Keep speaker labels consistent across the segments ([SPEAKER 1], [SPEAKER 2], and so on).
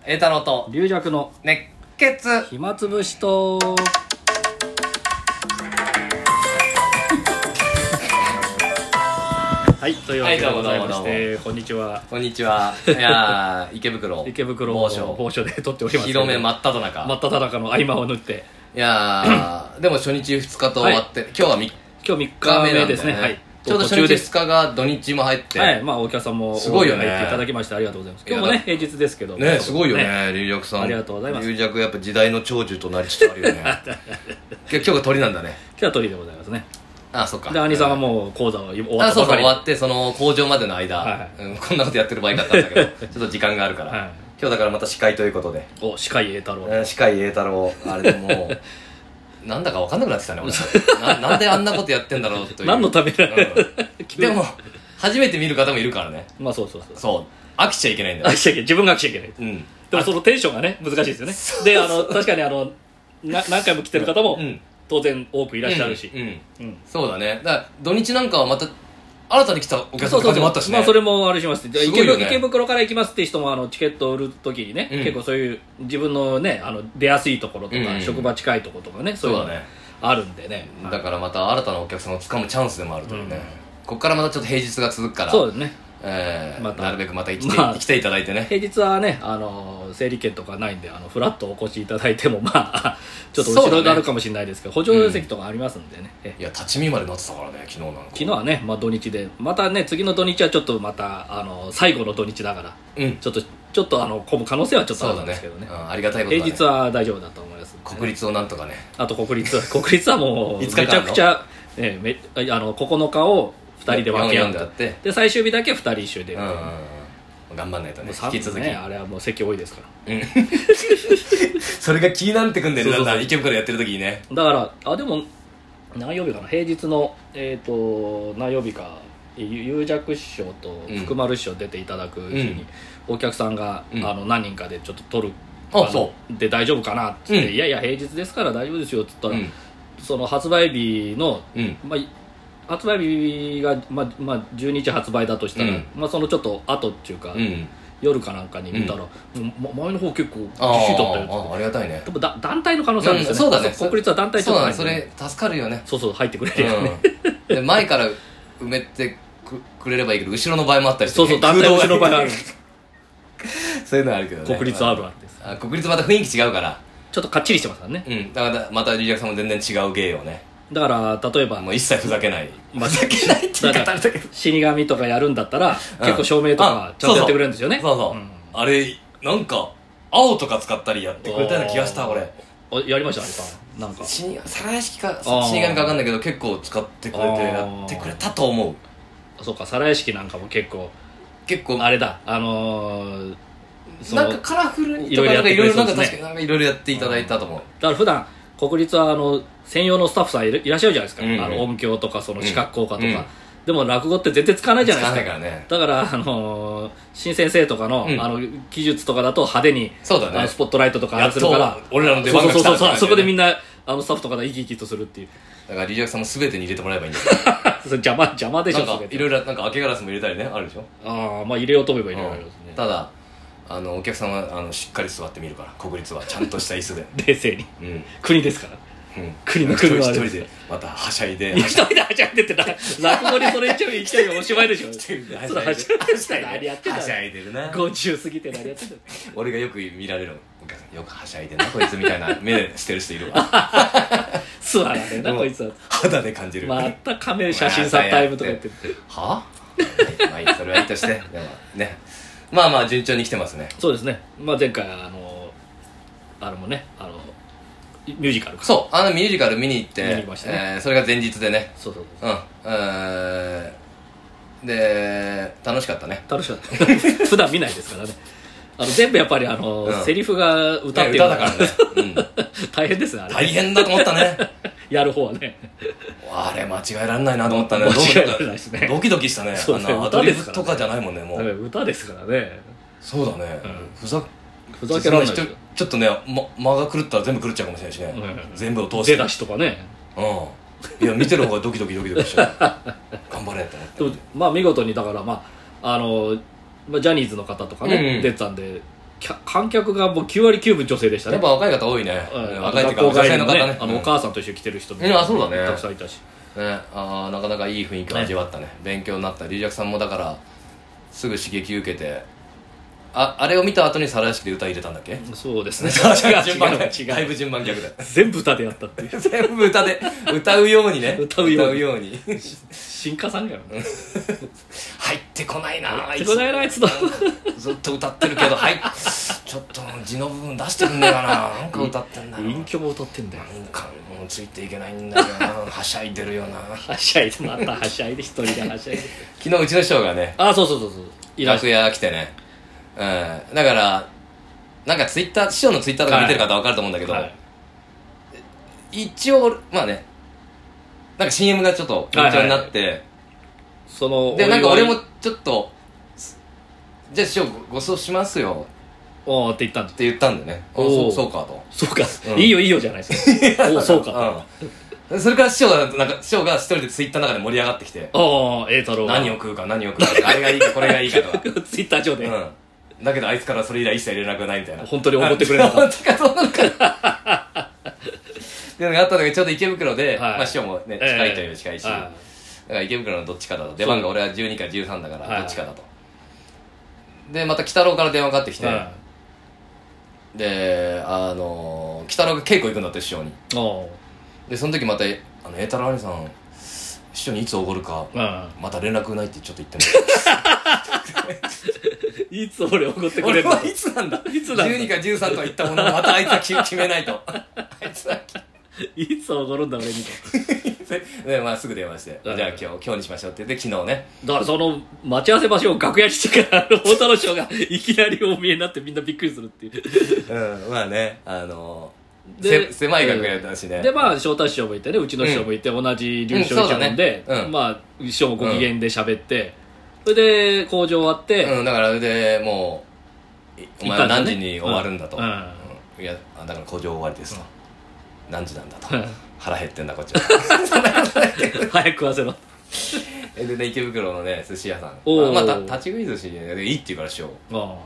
[SPEAKER 1] 栄太郎と
[SPEAKER 2] 龍弱の
[SPEAKER 1] 熱血
[SPEAKER 2] 暇つぶしとはい、というわけでございまして、こんにちは。
[SPEAKER 1] こんにちは。いや池袋
[SPEAKER 2] 某所で撮っておりますけど、
[SPEAKER 1] 広め真っ只中
[SPEAKER 2] の合間を縫って、
[SPEAKER 1] いやでも初日2日と終わって、はい、今日3日目ですね。はい、ちょうど初日2日が土日も入って、
[SPEAKER 2] はい、まあお客さんも
[SPEAKER 1] すごいよね、
[SPEAKER 2] 入っていただきましてありがとうございます。今日もね平日ですけど
[SPEAKER 1] ね、すごいよね、龍弱さん。
[SPEAKER 2] ありがとうございます。
[SPEAKER 1] 龍弱やっぱ時代の長寿となりつつあるよね。今日が鳥なんだね。
[SPEAKER 2] 今日は鳥でございますね。
[SPEAKER 1] あ、そっか。
[SPEAKER 2] で、兄さんはもう講座は終わったばかり。
[SPEAKER 1] そう終わって、その工場までの間、
[SPEAKER 2] はい
[SPEAKER 1] こんなことやってる場合だったんだけど、ちょっと時間があるから、
[SPEAKER 2] はい、
[SPEAKER 1] 今日だからまた司会ということで。
[SPEAKER 2] 司会栄太郎。
[SPEAKER 1] 司会栄太郎、あれでもう、なんだか分かんなくなってきたね、俺。なんであんなことやってんだろうという。
[SPEAKER 2] 何のためだ、
[SPEAKER 1] でも、初めて見る方もいるからね。
[SPEAKER 2] まあそう。
[SPEAKER 1] そう。飽きちゃいけないんだよ。
[SPEAKER 2] 自分が飽きちゃいけない。
[SPEAKER 1] うん。
[SPEAKER 2] でもそのテンションがね、難しいですよね。で、確かに何回も来てる方も、当然多くいらっしゃるし。
[SPEAKER 1] そうだね。だから土日なんかはまた新たに来たお客さんって感じもあったしね。
[SPEAKER 2] まあそれもあれします。
[SPEAKER 1] すごいよね。
[SPEAKER 2] 池袋から行きますって人もチケットを売るときにね、結構そういう自分のね出やすいところとか、職場近いところとかね、そういうのあるんでね。
[SPEAKER 1] だからまた新たなお客さんを掴むチャンスでもあるというね。ここからまたちょっと平日が続くから。
[SPEAKER 2] そうですね。
[SPEAKER 1] なるべくまた来ていただいてね。
[SPEAKER 2] 平日はね整理券とかないんでフラッとお越しいただいてもまあちょっと後ろがあるかもしれないですけど、補助席とかありますんでね。
[SPEAKER 1] いや立ち見までなってたからね、昨日なんか。
[SPEAKER 2] 昨日はね、まあ土日でまたね、次の土日はちょっとまた最後の土日だから、ちょっと混む可能性はちょっとあるんですけどね。
[SPEAKER 1] ありがたいことだね。
[SPEAKER 2] 平日は大丈夫だと思います。
[SPEAKER 1] 国立をなんとかね。
[SPEAKER 2] あと国立はもうめちゃくちゃ9日を2人で分け合ってで最終日だけ2人一緒で
[SPEAKER 1] 頑張んないとね。引き続き
[SPEAKER 2] あれはもう席多いですから
[SPEAKER 1] それが気になってくんだよね。だんだん池袋やってる時にね。
[SPEAKER 2] だからでも何曜日かな、平日の何曜日か有弱師匠と福丸師匠出ていただくうちにお客さんが何人かでちょっと取るで大丈夫かなって言って、いやいや平日ですから大丈夫ですよって言ったら、その発売日の発売日が、12日発売だとしたら、そのちょっと後っていうか、夜かなんかに見たら、前の方結構ぎっしりだったよ。
[SPEAKER 1] ありがたいね。
[SPEAKER 2] でも団体の可能性あるんですよね。そうだね。国立は団体ちょっと入ってる。
[SPEAKER 1] そうだね、それ助かるよね。
[SPEAKER 2] そう入ってくれるよね。
[SPEAKER 1] で前から埋めてくれればいいけど、後ろの場合もあったりして。
[SPEAKER 2] そう団体の後ろの場合ある。
[SPEAKER 1] そういうのあるけどね。
[SPEAKER 2] 国立あるあるです。
[SPEAKER 1] 国立また雰囲気違うから。
[SPEAKER 2] ちょっとかっちりしてますからね。
[SPEAKER 1] だからまた龍尺さんも全然違う芸をね。
[SPEAKER 2] だから例えば
[SPEAKER 1] もう一切ふざけない、ふざけないって言い方あれだけど、
[SPEAKER 2] 死神とかやるんだったら、結構照明とかちゃんとやってくれるんですよね。
[SPEAKER 1] あれなんか青とか使ったりやってくれたような気がした。俺
[SPEAKER 2] やりましたね。なんか
[SPEAKER 1] 皿屋敷か死神か分かんないけど、結構使ってくれてやってくれたと思う。
[SPEAKER 2] そうか、皿屋敷なんかも結構あれだ、
[SPEAKER 1] なんかカラフルにとかいろいろなんか確かになんかいろいろやっていただいたと思う。
[SPEAKER 2] だから普段国立は専用のスタッフさんいらっしゃるじゃないですか。音響とかその視覚効果とか。でも落語って全然使わないじゃないですか。だから新先生とかの技術とかだと派手にスポットライトとかあれするから、
[SPEAKER 1] 俺らの出番が来た。
[SPEAKER 2] そこでみんなスタッフとかで生き生きとするっていう。
[SPEAKER 1] だから龍尺さんも全てに入れてもらえばいいんだよ。
[SPEAKER 2] 邪魔でしょ。
[SPEAKER 1] なんかいろいろなんか開けガラスも入れたりね、あるでしょ。
[SPEAKER 2] 入れようと思えば入れられるんですね。
[SPEAKER 1] ただお客さんはしっかり座ってみるから、国立はちゃんとした椅子で
[SPEAKER 2] 冷静に。国ですから。国の
[SPEAKER 1] 一人でまたはしゃいで、
[SPEAKER 2] 一人ではしゃいでって落語にそれ一応行きたいおしまいでしょ。は
[SPEAKER 1] しゃいでるな。
[SPEAKER 2] 50過ぎて何やってんだ。
[SPEAKER 1] 俺がよく見られるお客さん、よくはしゃいでなこいつみたいな目でしてる人いるわ。
[SPEAKER 2] 素肌でなこいつは。
[SPEAKER 1] 肌で感じる。
[SPEAKER 2] またカメラ写真撮タイムとか言ってて。
[SPEAKER 1] はまあいい、それはいいとして。でもね、まあ順調に来てますね。
[SPEAKER 2] そうですね。前回もねミュージカルか。
[SPEAKER 1] そうミュージカル見に行ってそれが前日でね。で楽しかったね。
[SPEAKER 2] 楽しかった普段見ないですからね。全部やっぱりセリフが歌ってる
[SPEAKER 1] 歌だからね。
[SPEAKER 2] 大変ですね。
[SPEAKER 1] 大変だと思ったね。
[SPEAKER 2] やる方はね。
[SPEAKER 1] あれ間違えられないなと思ったね。
[SPEAKER 2] 間違えられないですね。
[SPEAKER 1] ドキドキしたね。アドリブとかじゃないもんね。もう
[SPEAKER 2] 歌ですからね。
[SPEAKER 1] そうだね。ふざ
[SPEAKER 2] けられない。
[SPEAKER 1] ちょっとね間が狂ったら全部狂っちゃうかもしれないしね。全部を通して
[SPEAKER 2] 出だしとかね。
[SPEAKER 1] いや見てる方がドキドキしちゃう。頑張れって思って。
[SPEAKER 2] 見事にだからジャニーズの方とかね出てたんで、 観客がもう9割9分女性でしたね。
[SPEAKER 1] やっぱ若い方多いね、若いっていうか女性の方ね、
[SPEAKER 2] お母さんと一緒に来てる人も
[SPEAKER 1] そうだね、
[SPEAKER 2] たくさんいたし
[SPEAKER 1] ね、なかなかいい雰囲気を味わったね、勉強になった。龍尺さんもだからすぐ刺激受けて、あれを見た後に皿屋敷で歌入れたんだっけ。
[SPEAKER 2] そうですね
[SPEAKER 1] 順番だいぶ順番逆だ
[SPEAKER 2] 全部歌でやったっていう
[SPEAKER 1] 全部歌で歌うようにね
[SPEAKER 2] 歌うように
[SPEAKER 1] 新
[SPEAKER 2] 歌さんやろ
[SPEAKER 1] 入ってこないな
[SPEAKER 2] 入ってこないなあいつだ
[SPEAKER 1] ずっと歌ってるけどはいちょっと字の部分出してくんねえかななんか歌ってんだよ
[SPEAKER 2] 隠居も歌ってんだよ
[SPEAKER 1] なんかもうついていけないんだよなはしゃいでるよな
[SPEAKER 2] はしゃいでまたはしゃいで一人ではしゃいで
[SPEAKER 1] 昨日うちの師匠がね
[SPEAKER 2] そう
[SPEAKER 1] 楽屋来てね、だからなんか師匠のツイッターとか見てる方は分かると思うんだけど、一応まあねなんか CM がちょっと緊張になって、でなんか俺もちょっとじゃあ師匠ご馳走しますよ
[SPEAKER 2] って
[SPEAKER 1] 言ったんだよね。そうかと。
[SPEAKER 2] そうか、いいよじゃないですかそうか
[SPEAKER 1] と。それから師匠が一人でツイッターの中で盛り上がってきて、
[SPEAKER 2] 太郎
[SPEAKER 1] 何を食うかあれがいいかこれがいいかとか
[SPEAKER 2] ツイッター上で、
[SPEAKER 1] だけどあいつからそれ以来一切連絡がないみたいな。
[SPEAKER 2] 本当に思ってくれなかった
[SPEAKER 1] そうなのかっていうのがあったんだけど、ちょうど池袋で、師匠もね近いという近いし、だから池袋のどっちかだと、出番が俺は12か13だからどっちかだと。でまた鬼太郎から電話かかってきて、で鬼太郎が稽古行くんだって師匠に。でその時また栄太郎兄さん師匠にいつおごるかまた連絡ないってちょっと言って
[SPEAKER 2] もいつ俺おごってくれるの。
[SPEAKER 1] 俺はいつなんだ12か13とは言ったもののまたあいつは決めないとあいつはい
[SPEAKER 2] つおごるんだ俺にと
[SPEAKER 1] でまあすぐ電話してじゃあ今日にしましょうって言って昨日ね。
[SPEAKER 2] だからその待ち合わせ場所を楽屋にしてから太田師匠がいきなりお見えになってみんなびっくりするっていう
[SPEAKER 1] まあね狭い楽屋だしね。
[SPEAKER 2] でまあ翔太師匠もいてね、うちの師匠もいて、同じ龍翔一門で、まあ師匠もご機嫌で喋って、それで工場終わって、
[SPEAKER 1] だからでもうお前は何時に終わるんだと、いやだから工場終わりですと、何時なんだと、腹減ってんだこっちは
[SPEAKER 2] 早く食わせろ
[SPEAKER 1] でね池袋のね寿司屋さん、まあ立ち食い寿司でいいって言うから師匠。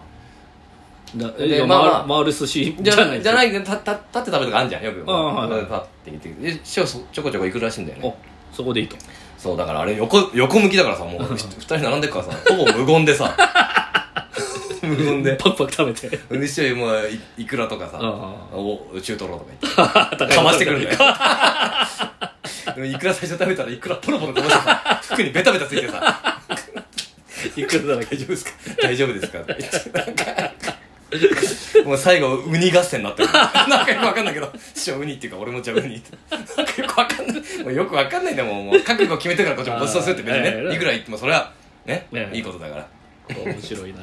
[SPEAKER 2] で回る寿司じゃない
[SPEAKER 1] 立って食べるとかあるじゃんよく。パッて言って師匠ちょこちょこ行くらしいんだよね。
[SPEAKER 2] そこでいいと。
[SPEAKER 1] そうだからあれ横向きだからさ、もう2人並んでるからさほぼ無言でさ無言で
[SPEAKER 2] パクパク食べて
[SPEAKER 1] で師匠もいくらとかさ中トロとか言ってかましてくるんだよでもいくら最初食べたらいくらポロポロこぼしてさ服にベタベタついてさ
[SPEAKER 2] いくらだらけ
[SPEAKER 1] 大丈夫ですか大丈夫ですかって言ってなんかもう最後ウニ合戦になってるなんかよくわかんないけど師匠ウニっていうか俺もじゃあウニってなんかよくわかんないもうよくわかんないでもう覚悟決めてからこっちもごちそうするって別にねいくら言ってもそれはねいいことだから
[SPEAKER 2] 面白いな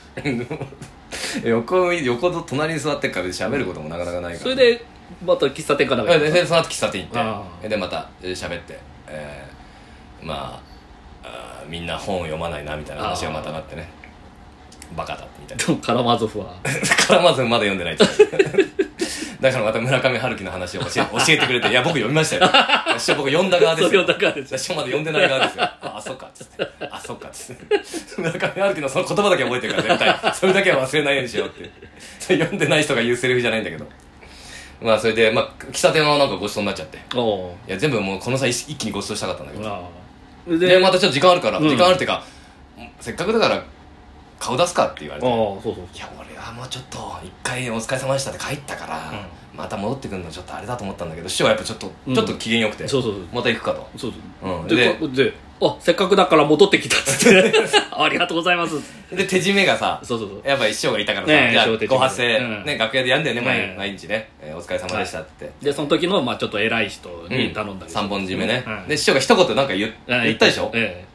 [SPEAKER 1] 横と隣に座ってるから喋ることもなかなかないから、
[SPEAKER 2] それでまた喫茶店かなんか
[SPEAKER 1] でその後喫茶店行ってでまた喋ってまあみんな本を読まないなみたいな話がまたなってねバカだみたいな。
[SPEAKER 2] でもカラマゾフは
[SPEAKER 1] カラマゾフまだ読んでないってだからまた村上春樹の話を教えてくれていや僕読みましたよ師匠僕読んだ側ですよ。師匠まだ読んでない側ですよあそっかっつってそっかっつって村上春樹のその言葉だけ覚えてるから絶対それだけは忘れないようにしようってそれ読んでない人が言うセリフじゃないんだけど、まあそれで喫茶店はなんかごちそうになっちゃって、いや全部もうこの際一気にごちそうしたかったんだけど、でまたちょっと時間あるから、時間あるっていうかせっかくだから顔出すかって言われて、いや俺はもうちょっと一回お疲れ様でしたって帰ったから、また戻ってくるのちょっとあれだと思ったんだけど師匠はやっぱちょっと機嫌よくて、また行くかと。
[SPEAKER 2] でせっかくだから戻ってきたっつってありがとうございます
[SPEAKER 1] で手締めがさやっぱ師匠がいたからさ、じゃあご発声ね楽屋でやんだよね毎日ねお疲れ様でしたって
[SPEAKER 2] でその時のちょっと偉い人に頼んだり
[SPEAKER 1] 3本締めねで師匠が一言なんか言ったでしょ。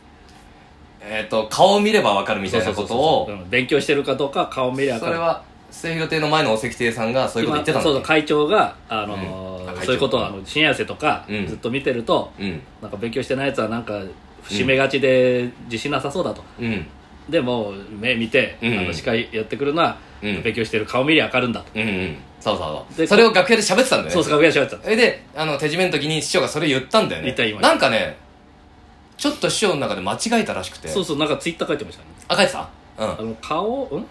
[SPEAKER 1] 顔を見れば分かるみたいなことを
[SPEAKER 2] 勉強してるかどうか顔見れば分かる。
[SPEAKER 1] それは末広亭の前のお関亭さんがそういうこと言ってたんだ。
[SPEAKER 2] そう会長がそういうことを深夜寄せとかずっと見てるとなんか勉強してないやつはなんか締めがちで自信なさそうだと、でも目見て司会やってくるのは勉強してる顔見りゃ分かるんだと、
[SPEAKER 1] そうそれを楽屋で喋ってたんだよね。
[SPEAKER 2] そう楽屋で喋ってた。
[SPEAKER 1] で手締めの時に師匠がそれ言ったんだよね。なんかねちょっと師匠の中で間違えたらしくて、
[SPEAKER 2] そうなんかツイッター書いてましたね。
[SPEAKER 1] 書いてた？
[SPEAKER 2] 顔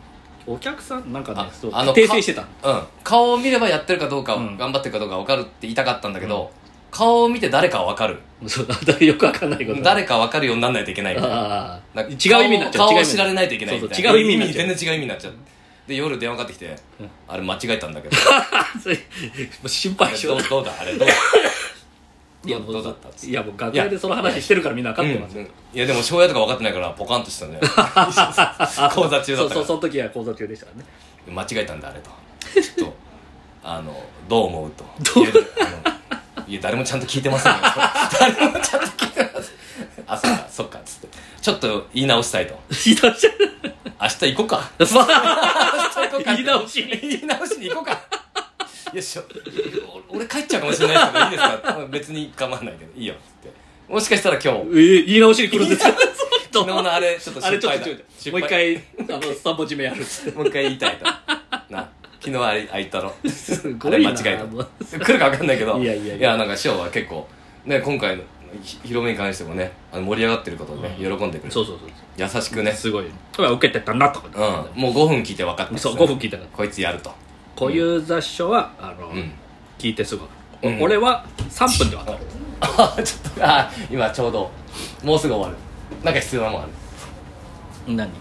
[SPEAKER 2] お客さんなんかねそう
[SPEAKER 1] 訂
[SPEAKER 2] 正してた
[SPEAKER 1] 顔を見ればやってるかどうか、
[SPEAKER 2] うん
[SPEAKER 1] 頑張ってるかどうか分かるって言いたかったんだけど、顔を見て誰かは分かる、
[SPEAKER 2] そうよくわかんないこと
[SPEAKER 1] 誰か分かるようにならないといけないみたいな、
[SPEAKER 2] 違う意味になっちゃう
[SPEAKER 1] 顔を知られないといけないみたいな、
[SPEAKER 2] そう違う意味になっちゃう
[SPEAKER 1] 全然違う意味になっちゃう。で夜電話かかってきて、あれ間違えたんだけど
[SPEAKER 2] それもう心配性
[SPEAKER 1] どうだあれどうだ
[SPEAKER 2] いやもう
[SPEAKER 1] どうだったっつって
[SPEAKER 2] いやもう楽屋でその話してるからみんな分かってますよ、
[SPEAKER 1] いやでも庄屋とか分かってないからポカンとしたね講座中だったから
[SPEAKER 2] その時は講座中でしたからね
[SPEAKER 1] 間違えたんだあれとちょっとどう思うといや誰もちゃんと聞いてませんよ誰もちゃんと聞いてませんあそっかっつってちょっと言い直したいと
[SPEAKER 2] 言い直し
[SPEAKER 1] 明日行こうか
[SPEAKER 2] 言い直し
[SPEAKER 1] に行こうかいや俺帰っちゃうかもしれないですけどいいですか別に構わないけどいいよっつってもしかしたら今日
[SPEAKER 2] 言い直しに来るんですか
[SPEAKER 1] 昨日のあれちょっと失敗だ
[SPEAKER 2] もう一回3文字目やる
[SPEAKER 1] もう一回言いたいとな昨日あれ言ったの
[SPEAKER 2] すごいな
[SPEAKER 1] あれ間違えた来るか分かんないけど
[SPEAKER 2] いや
[SPEAKER 1] なんか師匠は結構ね今回の広めに関してもね盛り上がってることをね、喜んでくれる
[SPEAKER 2] そう
[SPEAKER 1] 優しくね
[SPEAKER 2] すごいこれは受けてたなとか、
[SPEAKER 1] もう5分聞いて分かった
[SPEAKER 2] そう5分聞いたから
[SPEAKER 1] こいつやると
[SPEAKER 2] 小遊三師匠は聞いてすぐ俺は3分で分かる
[SPEAKER 1] ちょっと今ちょうどもうすぐ終わるなんか必要なもんある
[SPEAKER 2] 何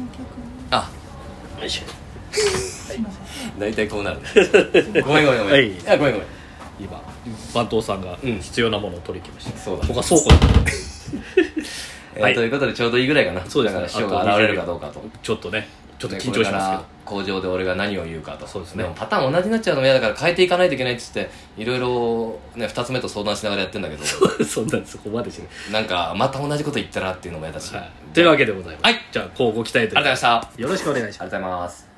[SPEAKER 1] よいしょ大体こうなるごめん
[SPEAKER 2] はい
[SPEAKER 1] いやごめん
[SPEAKER 2] 今番頭さんが必要なものを取りに来ました、
[SPEAKER 1] そうだ
[SPEAKER 2] 僕は倉庫
[SPEAKER 1] ということでちょうどいいぐらいかな
[SPEAKER 2] そうですね
[SPEAKER 1] だから師匠が現れるかどうかと
[SPEAKER 2] ちょっと緊張し
[SPEAKER 1] これから
[SPEAKER 2] ますけど
[SPEAKER 1] 工場で俺が何を言うかと
[SPEAKER 2] そうですね
[SPEAKER 1] もパターン同じになっちゃうのも嫌だから変えていかないといけないっつっていろいろね2つ目と相談しながらやってんだけど
[SPEAKER 2] そんなんそこまでしない、
[SPEAKER 1] なんかまた同じこと言ったらっていうのも嫌だし、
[SPEAKER 2] というわけでございます、
[SPEAKER 1] はい
[SPEAKER 2] じゃあ乞うご期待という
[SPEAKER 1] ありがとうございました
[SPEAKER 2] よろしくお願いします
[SPEAKER 1] ありがとうございます